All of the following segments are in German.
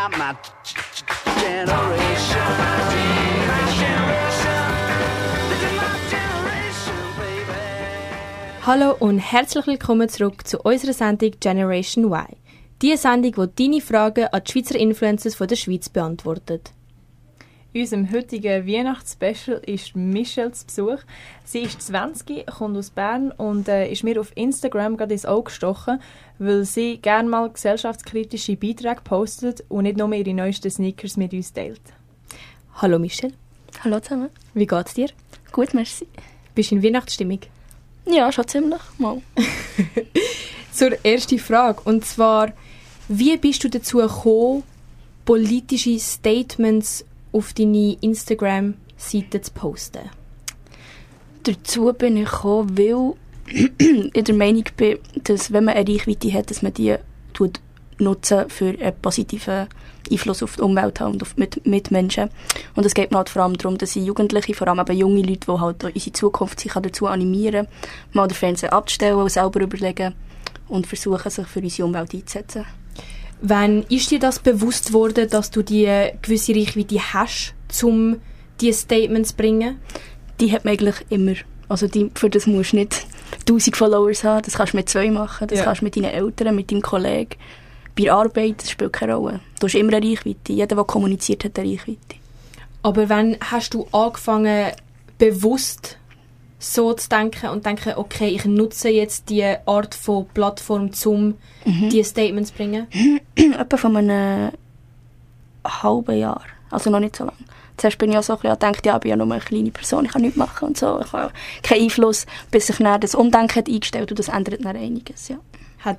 not my generation. My generation. This is my generation, baby. Hallo und herzlich willkommen zurück zu unserer Sendung Generation Y. Die Sendung, die deine Fragen an die Schweizer Influencers von der Schweiz beantwortet. In unserem heutigen Weihnachtsspecial ist Michelle zu Besuch. Sie ist 20, kommt aus Bern und ist mir auf Instagram gerade ins Auge gestochen, weil sie gerne mal gesellschaftskritische Beiträge postet und nicht nur ihre neuesten Sneakers mit uns teilt. Hallo Michelle. Hallo zusammen. Wie geht's dir? Gut, merci. Bist du in Weihnachtsstimmung? Ja, schon ziemlich. Mal. Zur ersten Frage, und zwar, wie bist du dazu gekommen, politische Statements auf deine Instagram-Seite zu posten? Dazu bin ich gekommen, weil ich der Meinung bin, dass wenn man eine Reichweite hat, dass man die nutzen für einen positiven Einfluss auf die Umwelt haben und auf Mitmenschen. Und es geht mir halt vor allem darum, dass Jugendliche, vor allem eben junge Leute, die halt unsere Zukunft sich dazu animieren, mal den Fernseher abzustellen und selber überlegen und versuchen, sich für unsere Umwelt einzusetzen. Wann ist dir das bewusst worden, dass du die gewisse Reichweite hast, um diese Statements zu bringen? Die hat man eigentlich immer. Also für das musst du nicht 1000 Followers haben, das kannst du mit 2 machen, das kannst du mit deinen Eltern, mit deinem Kollegen. Bei der Arbeit, das spielt keine Rolle. Du hast immer eine Reichweite. Jeder, der kommuniziert, hat eine Reichweite. Aber wann hast du angefangen, bewusst so zu denken und denken, okay, ich nutze jetzt diese Art von Plattform, um diese Statements zu bringen? Etwa von einem halben Jahr. Also noch nicht so lange. Zuerst bin ich auch so ein bisschen gedacht, ja, ich bin ja nur eine kleine Person, ich kann nichts machen und so. Ich habe keinen Einfluss, bis sich dann das Umdenken hat eingestellt und das ändert dann einiges, ja.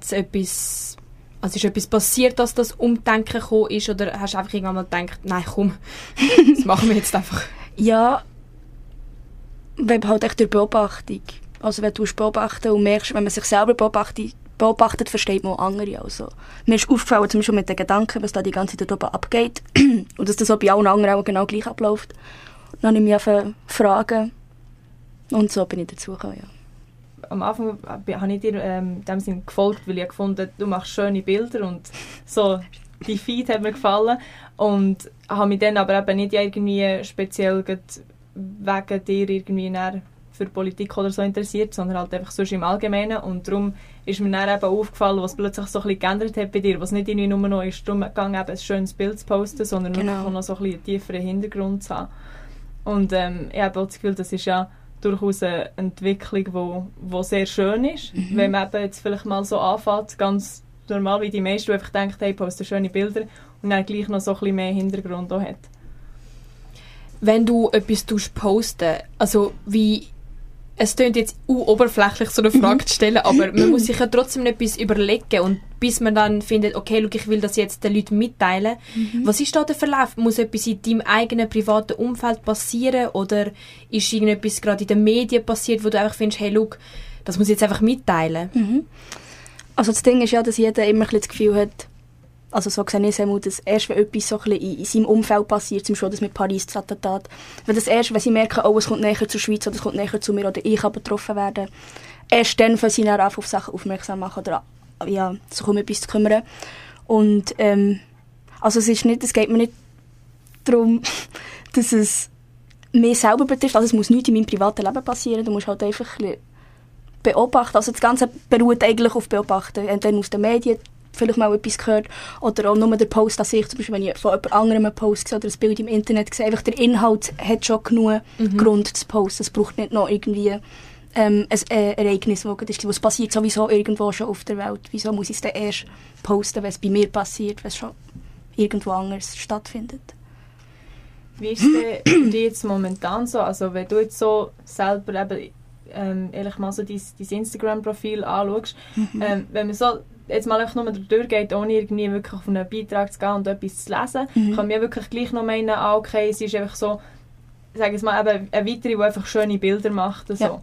Ist etwas passiert, dass das Umdenken gekommen ist, oder hast du einfach irgendwann mal gedacht, nein, komm, das machen wir jetzt einfach? Ja, wenn halt echt durch Beobachtung. Also wenn du beobachten und merkst, wenn man sich selber beobachtet, versteht man auch andere. Also, mir ist aufgefallen, zum Beispiel mit den Gedanken, was da die ganze Zeit oben abgeht und dass das auch bei allen anderen auch genau gleich abläuft. Dann habe ich mich einfach fragen und so bin ich dazu gekommen, ja. Am Anfang habe ich dir in dem Sinne gefolgt, weil ich gefunden habe, du machst schöne Bilder und so, die Feed hat mir gefallen und habe mich dann aber eben nicht irgendwie speziell wegen dir irgendwie für Politik oder so interessiert, sondern halt einfach sonst im Allgemeinen und darum ist mir dann eben aufgefallen, was plötzlich so ein bisschen geändert hat bei dir, was nicht irgendwie nur noch ist darum gegangen, eben ein schönes Bild zu posten, sondern wirklich noch so ein bisschen einen tieferen Hintergrund zu haben. Und ich habe auch das Gefühl, das ist ja durchaus eine Entwicklung, die sehr schön ist, wenn man eben jetzt vielleicht mal so anfängt, ganz normal wie die meisten, die einfach denken, hey, poste schöne Bilder und dann gleich noch so ein bisschen mehr Hintergrund auch hat. Wenn du etwas posten, also wie, es klingt jetzt oberflächlich, so eine Frage zu stellen, aber man muss sich ja trotzdem etwas überlegen und bis man dann findet, okay, schau, ich will das jetzt den Leuten mitteilen. Was ist da der Verlauf? Muss etwas in deinem eigenen privaten Umfeld passieren oder ist irgendetwas gerade in den Medien passiert, wo du einfach findest, hey, schau, das muss ich jetzt einfach mitteilen? Also das Ding ist ja, dass jeder immer ein bisschen das Gefühl hat, also so sehe ich es, dass erst wenn etwas so ein bisschen in seinem Umfeld passiert, zum Beispiel das mit Paris, das Attentat, wenn sie merken, oh, es kommt näher zur Schweiz oder es kommt näher zu mir oder ich kann betroffen werden, erst dann fangen sie dann auf Sachen aufmerksam machen oder ja, sich um etwas zu kümmern. Und also es geht mir nicht darum, dass es mich selber betrifft, also es muss nichts in meinem privaten Leben passieren, du musst halt einfach ein bisschen beobachten, also das Ganze beruht eigentlich auf Beobachten, entweder aus den Medien, vielleicht mal etwas gehört oder auch nur der Post an sich, zum Beispiel wenn ich von jemand anderem einen Post sehe oder ein Bild im Internet sehe, einfach der Inhalt hat schon genug Grund zu posten. Es braucht nicht noch irgendwie ein Ereignis, was passiert sowieso irgendwo schon auf der Welt. Wieso muss ich es dann erst posten, wenn es bei mir passiert, wenn es schon irgendwo anders stattfindet? Wie ist es denn jetzt momentan so? Also wenn du jetzt so selber ehrlich mal so dein Instagram-Profil anschaust, wenn man so jetzt mal einfach nur durchgeht, ohne irgendwie wirklich auf einen Beitrag zu gehen und etwas zu lesen, kann man ja wirklich gleich noch meinen, okay, sie ist einfach so, sage ich mal, eben eine weitere, die einfach schöne Bilder macht. So. Ja.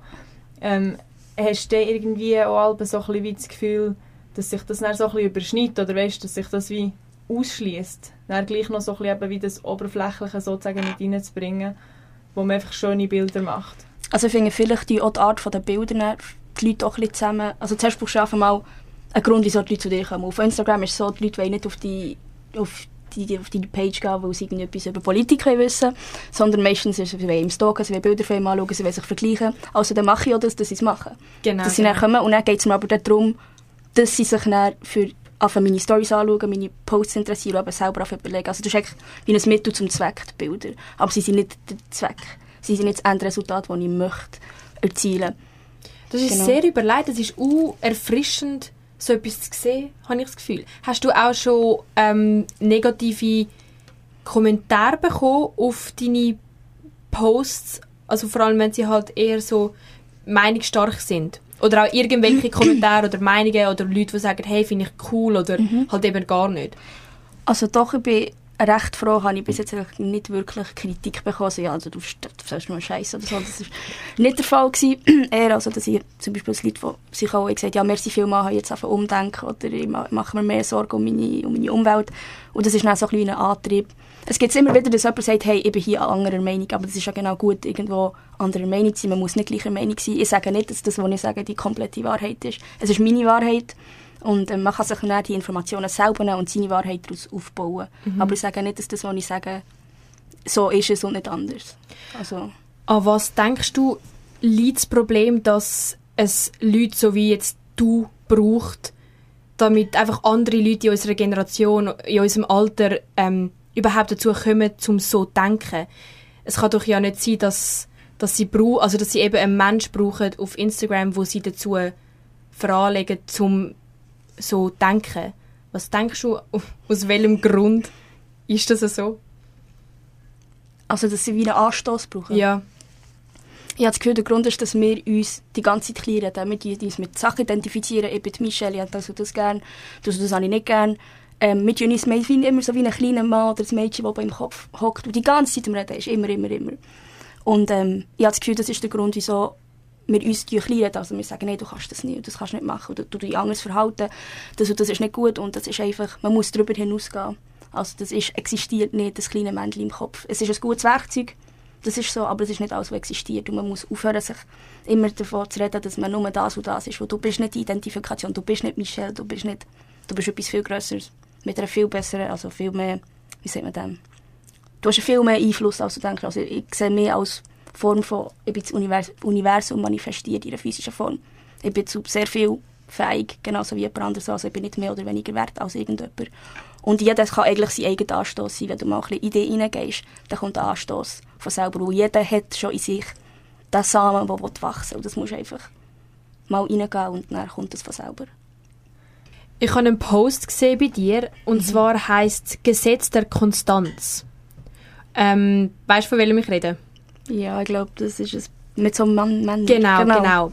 Hast du irgendwie auch so ein bisschen wie das Gefühl, dass sich das dann so ein bisschen überschneidet oder weißt, dass sich das wie ausschließt, dann gleich noch so ein bisschen wie das Oberflächliche sozusagen mit reinzubringen, wo man einfach schöne Bilder macht? Also ich finde vielleicht die Art der Bilder die Leute auch ein bisschen zusammen, also zuerst brauchst du einfach mal einen Grund, wieso die Leute zu dir kommen. Auf Instagram ist es so, die Leute wollen nicht auf auf deine Page gehen, weil sie irgendetwas über Politik wissen wollen, sondern meistens ist es, sie wollen im Stalken, sie wollen Bilder von ihm anschauen, sie wollen sich vergleichen. Also dann mache ich auch das, dass sie es machen. Genau. Dass sie dann kommen und dann geht es mir aber darum, dass sie sich dann für meine Storys anschauen, meine Posts interessieren, aber selber überlegen. Also das ist eigentlich wie ein Mittel zum Zweck, die Bilder. Aber sie sind nicht der Zweck. Sie sind nicht das Endresultat, das ich möchte erzielen. Das ist Genau. sehr überlegt, das ist erfrischend, so etwas zu sehen, habe ich das Gefühl. Hast du auch schon negative Kommentare bekommen auf deine Posts? Also vor allem, wenn sie halt eher so meinungsstark sind. Oder auch irgendwelche Kommentare oder Meinungen oder Leute, die sagen, hey, finde ich cool oder halt eben gar nicht. Also doch, ich bin recht froh, habe ich bis jetzt eigentlich nicht wirklich Kritik bekommen. Also, ja, also du sagst nur Scheiße oder so. Das war nicht der Fall gewesen. Eher also, dass ich zum Beispiel Leute, die sich auch gesagt haben, ja, merci vielmals, habe jetzt einfach umdenken oder ich mache mir mehr Sorgen um meine Umwelt. Und das ist dann so ein kleiner Antrieb. Es gibt immer wieder, dass jemand sagt, hey, ich bin hier anderer Meinung, aber das ist ja genau gut, irgendwo anderer Meinung zu sein. Man muss nicht gleicher Meinung sein. Ich sage nicht, dass das, was ich sage, die komplette Wahrheit ist. Es ist meine Wahrheit und man kann sich dann die Informationen selber nehmen und seine Wahrheit daraus aufbauen. Aber ich sage nicht, dass das, was ich sage, so ist es und nicht anders. Also. An was denkst du, liegt das Problem, dass es Leute so wie jetzt du braucht, damit einfach andere Leute in unserer Generation, in unserem Alter überhaupt dazu kommen, um so zu denken? Es kann doch ja nicht sein, dass sie eben einen Menschen brauchen auf Instagram, wo sie dazu veranlegen, um so zu denken. Was denkst du, aus welchem Grund ist das so? Also, dass sie wie einen Anstoß brauchen? Ja. Ich habe das Gefühl, der Grund ist, dass wir uns die ganze Zeit klein reden. Wir uns mit Sachen identifizieren. Ich bin Michelle, ich habe das gerne, das habe ich nicht gerne. Wir tun uns immer so wie ein kleiner Mann oder ein Mädchen, das im Kopf hockt und die ganze Zeit am Reden ist. Immer. Und ich habe das Gefühl, das ist der Grund, wieso wir uns klein reden. Also wir sagen, nein, du kannst das nicht, das kannst du nicht machen. Oder du dich anders verhalten. Das ist nicht gut und das ist einfach, man muss darüber hinausgehen. Also das existiert nicht, das kleine Männchen im Kopf. Es ist ein gutes Werkzeug, das ist so, aber es ist nicht alles, was existiert. Und man muss aufhören, sich immer davon zu reden, dass man nur das und das ist. Weil du bist nicht die Identifikation, du bist nicht Michelle, du bist etwas viel Grösseres. Mit einer viel besseren, also viel mehr, wie sagt man das? Du hast viel mehr Einfluss, als du denkst. Also ich sehe mehr als Form von, ich bin das Universum manifestiert in einer physischen Form. Ich bin zu sehr viel fähig, genauso wie jemand anderes. Also ich bin nicht mehr oder weniger wert als irgendjemand. Und jeder kann eigentlich sein eigener Anstoß sein. Wenn du mal ein bisschen in dich hineingehst, dann kommt der Anstoß von selber. Und jeder hat schon in sich den Samen, der wachsen will. Und das musst du einfach mal reingehen und dann kommt das von selber. Ich habe einen Post gesehen bei dir, und zwar heisst «Gesetz der Konstanz». Weißt du, von welchem ich rede? Ja, ich glaube, das ist es mit so einem Mann. Genau.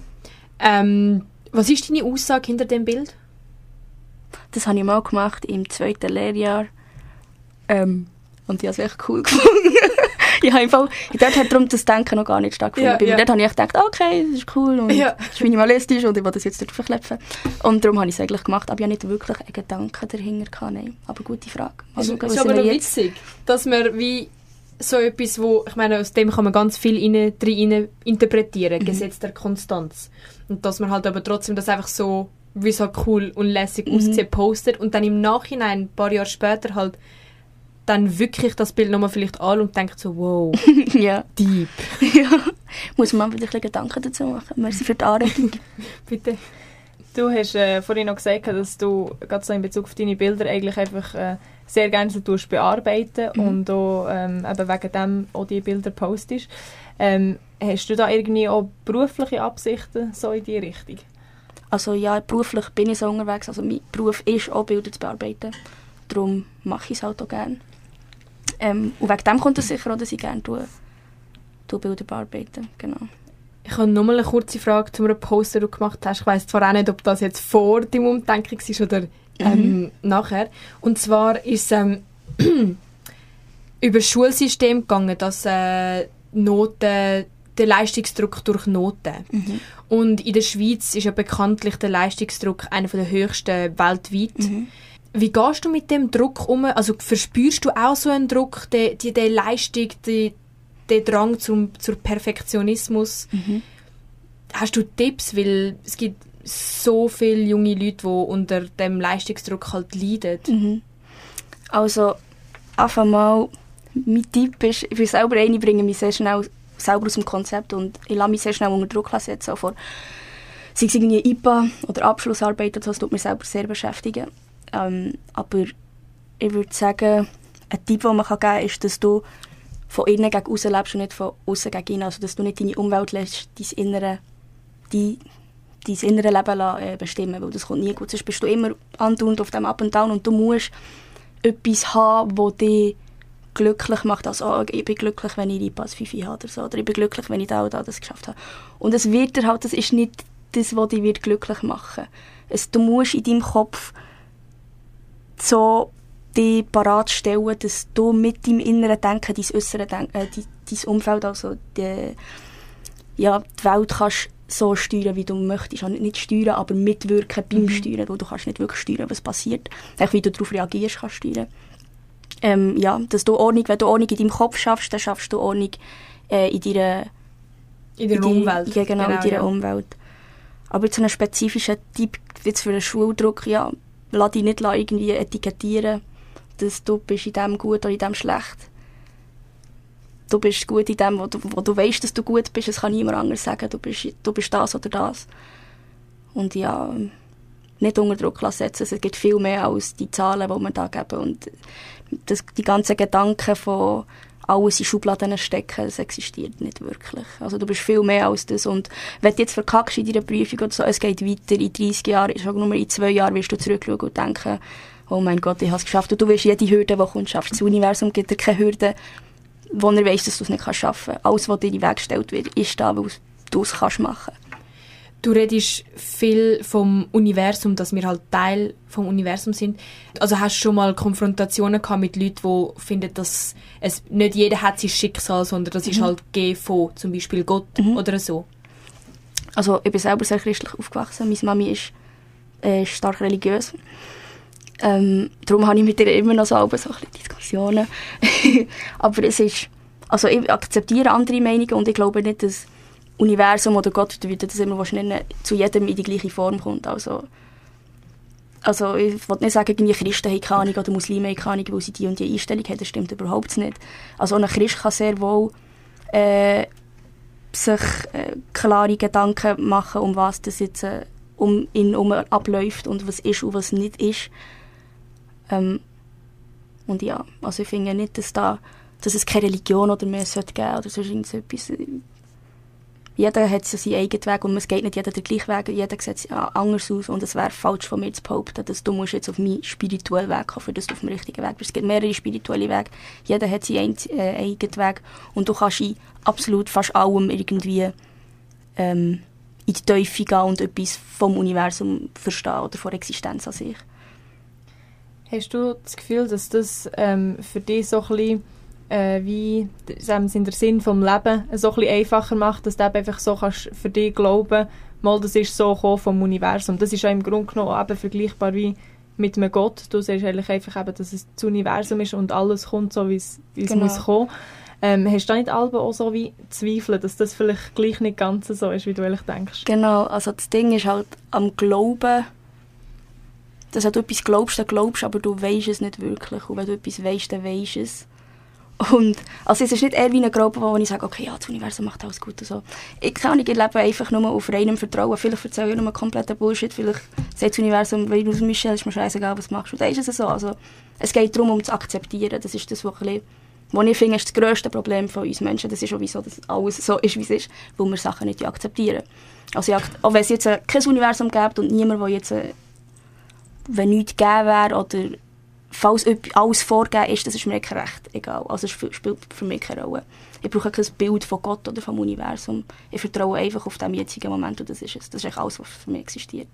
Was ist deine Aussage hinter dem Bild? Das habe ich mal gemacht im 2. Lehrjahr. Und ich habe es echt cool gefunden. Dort hat darum das Denken noch gar nicht stattgefunden. Ja. Dort habe ich echt gedacht, okay, das ist cool und das ist minimalistisch und ich will das jetzt dort verklepfen. Und darum habe ich es eigentlich gemacht, aber ich habe nicht wirklich einen Gedanken dahinter gehabt. Nein. Aber gute Frage. Es ist aber noch witzig, dass man wie so etwas, wo, ich meine, aus dem kann man ganz viel rein interpretieren, Gesetz der Konstanz. Und dass man halt aber trotzdem das einfach so, wie es halt cool und lässig aussieht, postet und dann im Nachhinein, ein paar Jahre später halt dann wirklich das Bild nochmal vielleicht an und denkt so, wow, ja. deep. Ja. Muss man wieder ein bisschen Gedanken dazu machen. Merci für die Anregung. Bitte. Du hast vorhin noch gesagt, dass du gerade so in Bezug auf deine Bilder eigentlich einfach sehr gerne so bearbeiten und auch, eben wegen dem auch die Bilder postest. Hast du da irgendwie auch berufliche Absichten so in die Richtung? Also ja, beruflich bin ich so unterwegs. Also mein Beruf ist auch Bilder zu bearbeiten. Darum mache ich es halt auch gerne. Und wegen dem kommt es sicher auch, dass ich gerne Bilder bearbeiten. Genau. Ich habe nochmal eine kurze Frage zu einem Post, den du gemacht hast. Ich weiss zwar auch nicht, ob das jetzt vor deinem Umdenken war oder nachher. Und zwar ist es über das Schulsystem gegangen, dass Noten, der Leistungsdruck durch Noten. Und in der Schweiz ist ja bekanntlich der Leistungsdruck einer der höchsten weltweit. Wie gehst du mit dem Druck um? Also verspürst du auch so einen Druck, die Leistung, den Drang zur Perfektionismus? Hast du Tipps? Weil es gibt so viele junge Leute, die unter dem Leistungsdruck halt leiden. Also einfach mal, mein Tipp ist, ich bin selber eine, bringe mich sehr schnell selber aus dem Konzept und ich lasse mich sehr schnell unter Druck setzen. Sei es irgendwie IPA oder Abschlussarbeit, das tut mich selber sehr beschäftigen. Aber ich würde sagen, ein Tipp, den man geben kann, ist, dass du von innen gegen außen lebst und nicht von außen gegen innen. Also, dass du nicht deine Umwelt lässt, dein innere Leben bestimmen, weil das kommt nie gut. Sonst bist du immer andauernd auf dem Up and Down und du musst etwas haben, das dich glücklich macht. Also, ich bin glücklich, wenn ich IPAS 5 habe oder so. Oder ich bin glücklich, wenn ich das geschafft habe. Und es wird dir halt, das ist nicht das, was dich glücklich machen wird. Du musst in deinem Kopf so dich parat stellen, dass du mit deinem inneren Denken, dein äußeres Denken, dein Umfeld, also die Welt kannst so steuern, wie du möchtest. Also nicht steuern, aber mitwirken beim Steuern, weil du kannst nicht wirklich steuern, was passiert. Wie du darauf reagierst, kannst du steuern. Dass du Ordnung, wenn du Ordnung in deinem Kopf schaffst, dann schaffst du Ordnung in deiner Umwelt. Ja, genau, in deiner Umwelt. Aber jetzt so einen spezifischen Tipp jetzt für einen Schuldruck, lass dich nicht irgendwie etikettieren, dass du bist in dem gut oder in dem schlecht. Du bist gut in dem, wo du weißt, dass du gut bist. Es kann niemand anders sagen, du bist das oder das. Und nicht unter Druck setzen. Es gibt viel mehr als die Zahlen, die wir da geben. Und die ganzen Gedanken von alles in Schubladen stecken, das existiert nicht wirklich. Also du bist viel mehr als das. Und wenn du jetzt verkackst in deiner Prüfung oder so, es geht weiter, in 30 Jahren, schon nur in 2 Jahren wirst du zurückschauen und denken, oh mein Gott, ich habe es geschafft. Und du wirst jede Hürde, die kommt, schaffst. Das Universum gibt dir keine Hürde, wo er weiss, dass du es nicht schaffen kannst. Alles, was dir in den Weg gestellt wird, ist da, weil du es machen kannst. Du redest viel vom Universum, dass wir halt Teil vom Universum sind. Also hast du schon mal Konfrontationen gehabt mit Leuten, die finden, dass es nicht jeder hat sein Schicksal, sondern das ist halt gegeben von zum Beispiel Gott oder so? Also ich bin selber sehr christlich aufgewachsen. Meine Mami ist stark religiös. Darum habe ich mit ihr immer noch so ein bisschen Diskussionen. Aber es ist, also ich akzeptiere andere Meinungen und ich glaube nicht, dass Universum oder Gott, wie du das immer nennen, zu jedem in die gleiche Form kommt. Also ich will nicht sagen, irgendwie Christen haben keine Ahnung oder Muslime haben keine Ahnung, weil sie die und die Einstellung haben. Das stimmt überhaupt nicht. Also ein Christ kann sehr wohl sich klare Gedanken machen, um was das jetzt um ihn herum abläuft und was ist und was nicht ist. Und ja, also ich finde nicht, dass es keine Religion oder mehr sollte geben oder sonst irgendetwas. Jeder hat so seinen eigenen Weg und es geht nicht jeder den gleichen Weg, jeder sieht anders aus und es wäre falsch von mir zu behaupten, dass du musst jetzt auf meinen spirituellen Weg kommen, für dass du auf dem richtigen Weg bist. Es gibt mehrere spirituelle Wege, jeder hat seinen eigenen Weg und du kannst in absolut fast allem irgendwie in die Teufel gehen und etwas vom Universum verstehen oder von der Existenz an sich. Hast du das Gefühl, dass das für dich so ein bisschen wie in der Sinn vom Leben so ein bisschen einfacher macht, dass du einfach so kannst für dich glauben, mal das ist so gekommen vom Universum. Das ist ja im Grunde genommen eben vergleichbar wie mit einem Gott. Du sagst eigentlich einfach eben, dass es das Universum ist und alles kommt so, wie es muss kommen. Hast du da nicht auch so wie Zweifel, dass das vielleicht gleich nicht ganz so ist, wie du eigentlich denkst? Genau, also das Ding ist halt am Glauben, dass du etwas glaubst, dann glaubst du, aber du weisst es nicht wirklich. Und wenn du etwas weisst, dann weisst du es. Und also es ist nicht eher wie ein Glaube, wo ich sage, okay, ja, das Universum macht alles gut und so. Ich lebe einfach nur auf reinem Vertrauen. Vielleicht erzähle ich nur kompletten Bullshit. Vielleicht sagt das Universum, weil du Michel, ist mir scheißegal, was machst du. Dann ist es so. Also, es geht darum, um zu akzeptieren. Das ist das, was ich finde, ist das grösste Problem von uns Menschen. Das ist sowieso, dass alles so ist, wie es ist, weil wir Sachen nicht akzeptieren. Also, auch wenn es jetzt kein Universum gibt und niemand, der jetzt, wenn nichts gegeben wäre oder falls alles vorgegeben ist, das ist mir recht egal. Also es spielt für mich keine Rolle. Ich brauche kein Bild von Gott oder vom Universum. Ich vertraue einfach auf den jetzigen Moment und das ist es. Das ist alles, was für mich existiert.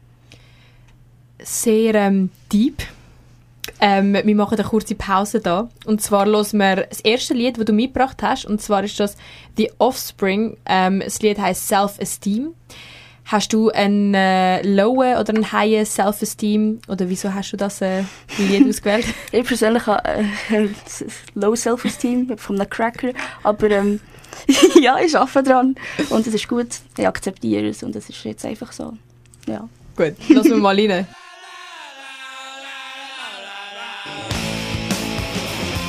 Sehr deep. Wir machen eine kurze Pause da. Und zwar hören wir das erste Lied, das du mitgebracht hast. Und zwar ist das The Offspring. Das Lied heisst Self-Esteem. Hast du einen lowen oder einen highen Self-Esteem? Oder wieso hast du das Lied ausgewählt? Ich persönlich habe low Self-Esteem von einem Cracker. Aber ja, ich arbeite dran. Und es ist gut. Ich akzeptiere es. Und es ist jetzt einfach so. Ja. Gut, lassen wir mal rein.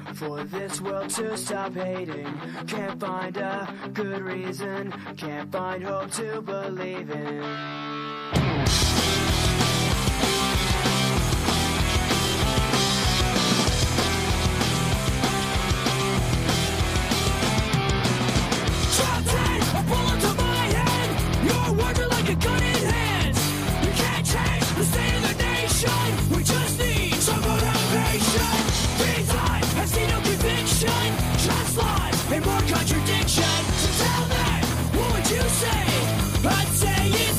for this world to stop hating. Can't find a good reason, can't find hope to believe in. Contradiction. So tell me, what would you say? I'd say it's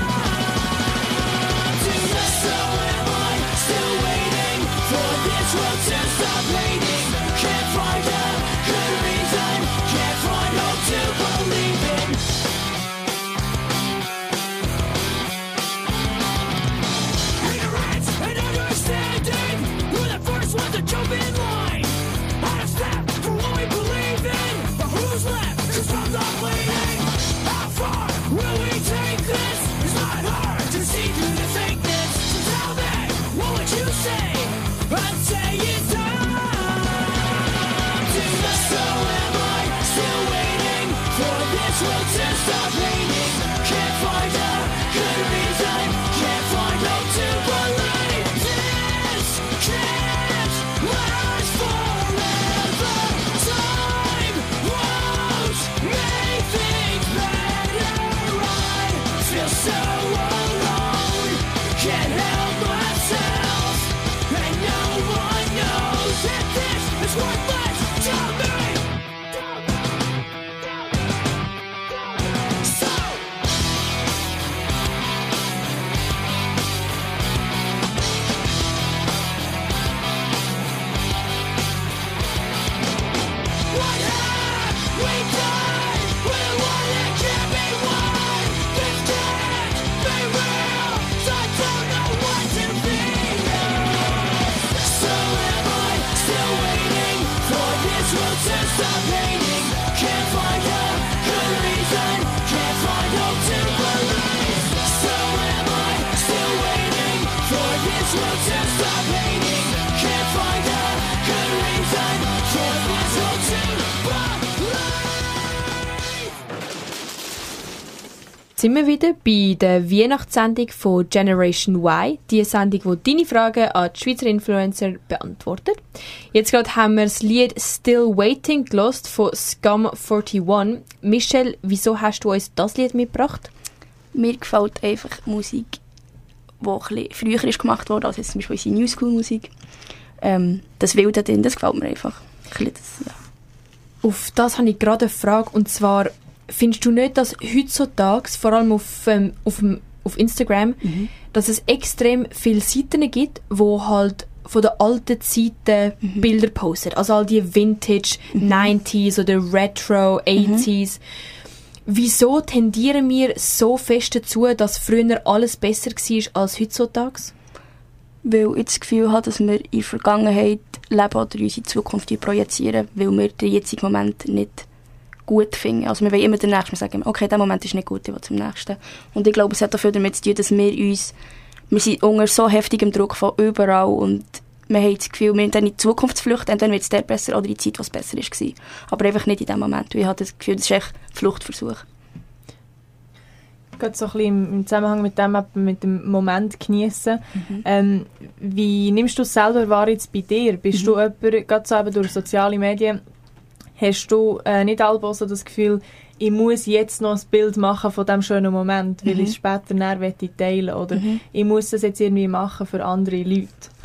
time to live. So am I still waiting for this world to stop hating? Can't find a good reason, can't find hope to believe in. Ignorance and understanding, we're the first ones to jump in line. Out of step for what we believe in. Who's left? Cause I'm not bleeding. How far will we take this? It's not hard to see through the fakeness. So tell me, what would you say? I'd say it's time to live. So am I still waiting for this world to stop hating? Can't find a good reason, can't find hope to believe. This can't last forever. Time won't make things better. I feel so alone, can't help myself, and no one knows that this is worthless to me. So what have we done with what it can't be won? This can't be real, so I don't know what to feel. So am I still waiting for this world to stop hating? Can't find a good reason, can't find hope to believe. So am I still waiting for this world to stop hating? Can't find a good reason for this world to believe. Sind wir wieder bei der Weihnachtssendung von Generation Y, die Sendung, die deine Fragen an die Schweizer Influencer beantwortet. Jetzt gerade haben wir das Lied «Still Waiting» gehört von Scum 41. Michelle, wieso hast du uns das Lied mitgebracht? Mir gefällt einfach Musik, die ein bisschen früher ist gemacht wurde, also jetzt zum Beispiel unsere New School Musik. Das Wilde drin, das gefällt mir einfach. Ein bisschen das, ja. Auf das habe ich gerade eine Frage, und zwar, findest du nicht, dass heutzutage, vor allem auf Instagram, dass es extrem viele Seiten gibt, wo halt von der alten Zeiten Bilder posten, also all die Vintage 90s oder Retro 80s. Wieso tendieren wir so fest dazu, dass früher alles besser war als heutzutage? Weil ich das Gefühl habe, dass wir in der Vergangenheit leben oder unsere Zukunft projizieren, weil wir den jetzigen Moment nicht gut finden. Also wir wollen immer den nächsten, wir sagen, okay, der Moment ist nicht gut, ich will zum nächsten. Und ich glaube, es hat dafür damit zu tun, dass wir sind unter so heftigem Druck von überall und wir haben das Gefühl, wir haben dann in die Zukunft zu flüchten, entweder wird es dort besser oder in die Zeit, was besser war. Aber einfach nicht in dem Moment. Ich habe das Gefühl, das ist echt ein Fluchtversuch. Gerade so ein bisschen im Zusammenhang mit dem Moment genießen. Wie nimmst du es selber wahr jetzt bei dir? Bist du jemand, gerade so eben durch soziale Medien, hast du nicht allbei so das Gefühl, ich muss jetzt noch ein Bild machen von diesem schönen Moment, weil ich es später näher teilen will, oder ich muss es jetzt irgendwie machen für andere Leute?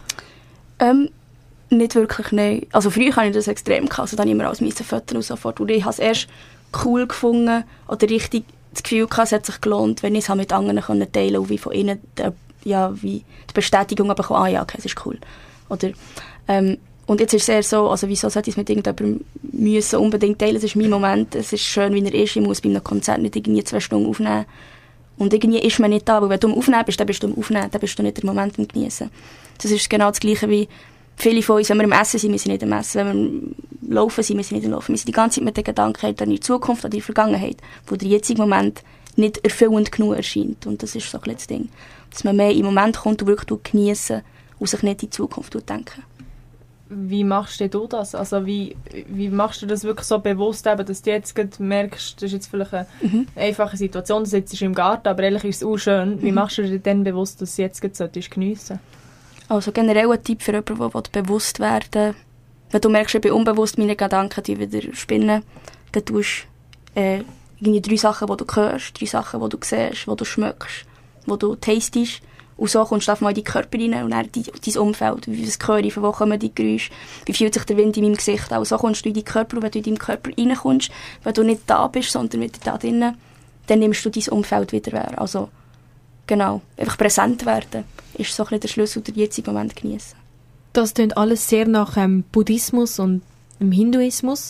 Nicht wirklich, nein. Also früher hatte ich das extrem. Also dann immer alles Fotos und so fort. Und ich habe es erst cool gefunden oder richtig das Gefühl gehabt, es hat sich gelohnt, wenn ich es mit anderen teilen konnte und wie von ihnen wie die Bestätigung bekommen, ja, okay, es ist cool. Oder, und jetzt ist es eher so, also wieso sollte ich es mit irgendjemandem müssen unbedingt teilen? Es ist mein Moment, es ist schön, wie er ist. Ich muss bei einem Konzert nicht irgendwie 2 Stunden aufnehmen. Und irgendwie ist man nicht da, weil wenn du am Aufnehmen bist, dann bist du am Aufnehmen, dann bist du nicht im Moment am Genießen. Das ist genau das Gleiche wie viele von uns, wenn wir im Essen sind, wir sind nicht im Essen. Wenn wir im Laufen sind, wir sind nicht im Laufen. Wir sind die ganze Zeit mit den Gedanken an die Zukunft, an die Vergangenheit, wo der jetzige Moment nicht erfüllend genug erscheint. Und das ist so ein bisschen das Ding. Dass man mehr im Moment kommt und wirklich genießen und sich nicht in die Zukunft denken. wie machst du das? Also wie machst du das wirklich so bewusst, eben, dass du jetzt gerade merkst, das ist jetzt vielleicht eine einfache Situation, du sitzt im Garten, aber eigentlich ist es auch schön. Wie machst du dir dann bewusst, dass du jetzt gerade geniessen solltest? Also generell ein Tipp für jemanden, der bewusst werden will. Wenn du merkst, ich bin unbewusst, meine Gedanken die wieder spinnen, dann tust du irgendwie 3 Sachen, die du hörst, 3 Sachen, die du siehst, die du schmeckst, die du tastest. Und so kommst du einfach mal in deinen Körper rein und dann dein Umfeld. Wie höre ich, von wo kommen die Geräusche, wie fühlt sich der Wind in meinem Gesicht an. Und so kommst du in deinen Körper und wenn du in deinen Körper reinkommst, wenn du nicht da bist, sondern wieder da drinnen, dann nimmst du dein Umfeld wieder wahr. Also genau, einfach präsent werden ist so ein bisschen der Schlüssel, den jetzigen Moment genießen. Das klingt alles sehr nach Buddhismus und dem Hinduismus.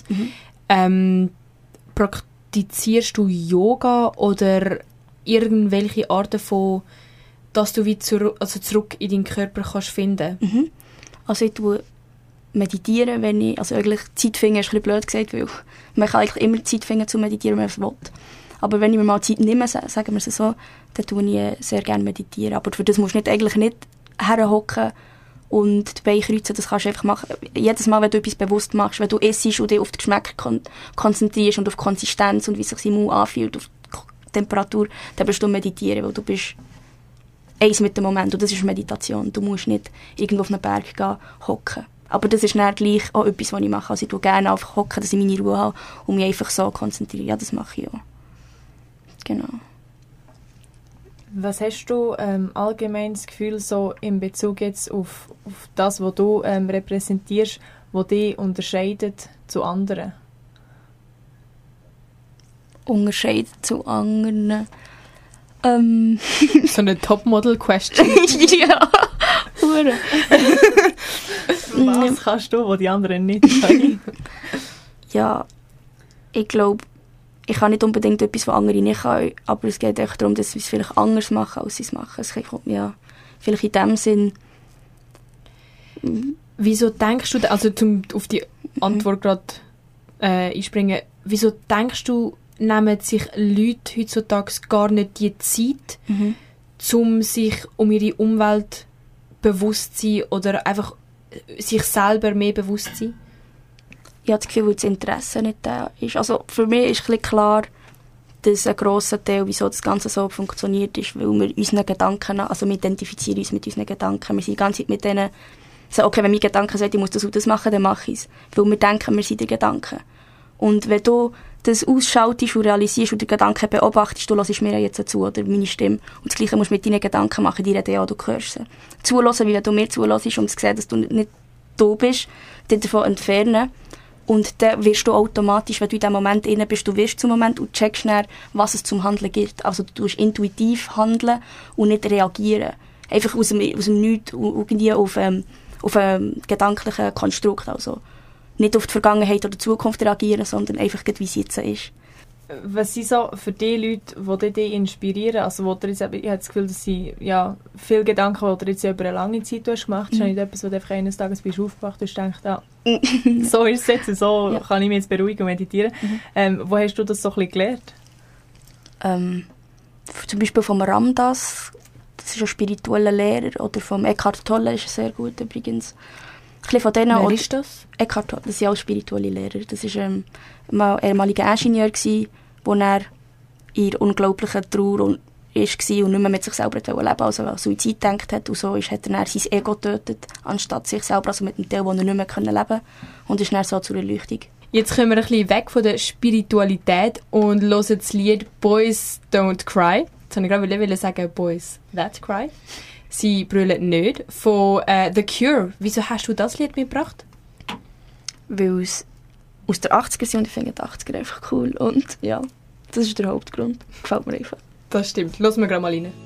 Praktizierst du Yoga oder irgendwelche Arten von, dass du wie zurück in deinen Körper kannst finden? Also ich tue meditieren, wenn ich, also eigentlich Zeit finde, ist ein bisschen blöd gesagt, weil man kann eigentlich immer Zeit finden zu meditieren, wenn man es will. Aber wenn ich mir mal Zeit nehme, sagen wir es so, dann tue ich sehr gerne meditieren. Aber für das musst du eigentlich nicht herhocken und die Beine kreuzen, das kannst du einfach machen. Jedes Mal, wenn du etwas bewusst machst, wenn du isst und dich auf die Geschmäcker konzentrierst und auf die Konsistenz und wie sich sein Mund anfühlt, auf die Temperatur, dann bist du meditieren, weil du bist eins mit dem Moment und das ist Meditation. Du musst nicht irgendwo auf einen Berg gehen, hocken. Aber das ist dann gleich auch etwas, was ich mache. Also ich tue gerne einfach hocken, dass ich meine Ruhe habe und mich einfach so konzentriere. Ja, das mache ich auch. Genau. Was hast du allgemein das Gefühl so in Bezug jetzt auf das, was du repräsentierst, was dich unterscheidet zu anderen? Unterscheidet zu anderen? So eine Topmodel-Question. Ja, hure. Was kannst du, was die anderen nicht können? Ja, ich glaube, ich kann nicht unbedingt etwas, was andere nicht können, aber es geht echt darum, dass sie es vielleicht anders machen, als sie es machen. Es kommt, ja, vielleicht in dem Sinn. Wieso denkst du, also zum auf die Antwort gerade einspringen, wieso denkst du, nehmen sich Leute heutzutage gar nicht die Zeit, um sich um ihre Umwelt bewusst zu sein oder einfach sich selber mehr bewusst zu sein? Ich habe das Gefühl, weil das Interesse nicht da ist. Also für mich ist ein bisschen klar, dass ein grosser Teil, wieso das Ganze so funktioniert, ist, weil wir unseren Gedanken, also wir identifizieren uns mit unseren Gedanken. Wir sind die ganze Zeit mit denen, so, okay, wenn mein Gedanke sagt, ich muss das und das machen, dann mache ich es. Weil wir denken, wir sind der Gedanke. Und wenn du das ausschaltest und realisierst und den Gedanken beobachtest, du hörst mir jetzt zu, oder meine Stimme. Und das Gleiche musst du mit deinen Gedanken machen, die reden ja, du hörst sie. Zuhören, wie wenn du mir zuhörst und siehst, dass du nicht du bist, dich davon entfernen. Und dann wirst du automatisch, wenn du in diesem Moment drin bist, du wirst zum Moment und checkst dann, was es zum Handeln gibt. Also du tust intuitiv handeln und nicht reagieren. Einfach aus dem Nichts irgendwie auf ein gedanklichen Konstrukt. Also nicht auf die Vergangenheit oder die Zukunft reagieren, sondern einfach, wie es jetzt ist. Was sind so für die Leute, die dich inspirieren? Also, wo jetzt, ich habe das Gefühl, dass sie ja, viele Gedanken, die du jetzt über eine lange Zeit hast gemacht hast, nicht etwas, wo du einfach eines Tages bist aufgewacht und denkst, so ist es jetzt, so kann ich mich jetzt beruhigen und meditieren. Wo hast du das so ein bisschen gelernt? Zum Beispiel vom Ramdas, das ist ein spiritueller Lehrer, oder vom Eckhart Tolle, ist sehr gut übrigens. Von denen, wer ist das? Eckhart Tolle, das sind auch spirituelle Lehrer. Das war ein ehemaliger Ingenieur, der in unglaublicher Trauer war und nicht mehr mit sich selber leben wollte, also an Suizid gedacht hat. Und so hat er dann sein Ego getötet, anstatt sich selber, also mit dem Teil, den er nicht mehr leben konnte. Und ist dann so zur Erleuchtung. Jetzt kommen wir ein bisschen weg von der Spiritualität und hören das Lied «Boys Don't Cry». Jetzt wollte ich gerade sagen «Boys That Cry». «Sie brüllen nicht» von «The Cure». Wieso hast du das Lied mitgebracht? Weil es aus den 80er sind und ich finde die 80er einfach cool. Und ja, das ist der Hauptgrund. Gefällt mir einfach. Das stimmt. Hören wir gerade mal rein.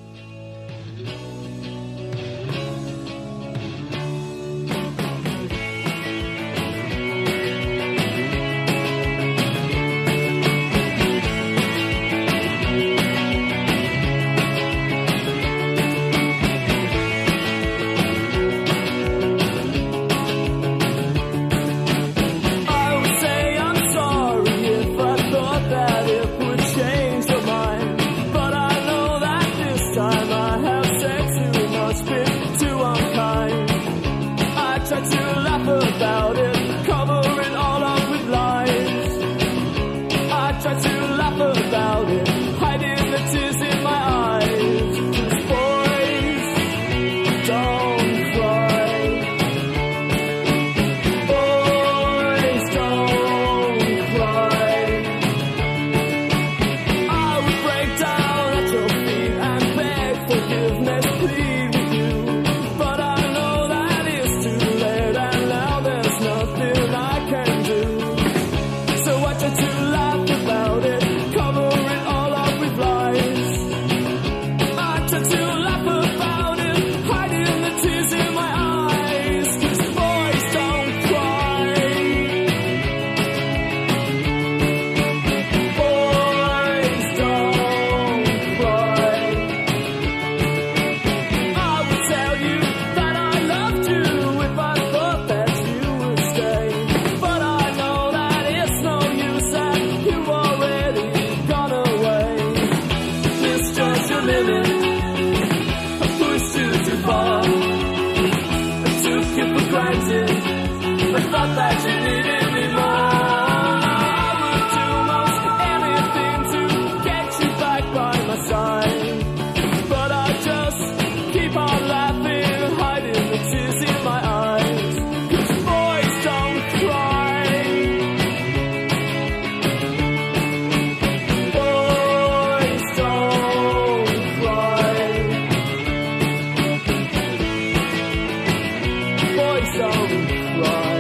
I would say I'm sorry if I thought that it would change your mind, but I know that this thought that you needed me more. I would do most anything to get you back by my side. But I just keep on laughing, hiding the tears in my eyes. 'Cause boys don't cry. Boys don't cry. Boys don't cry.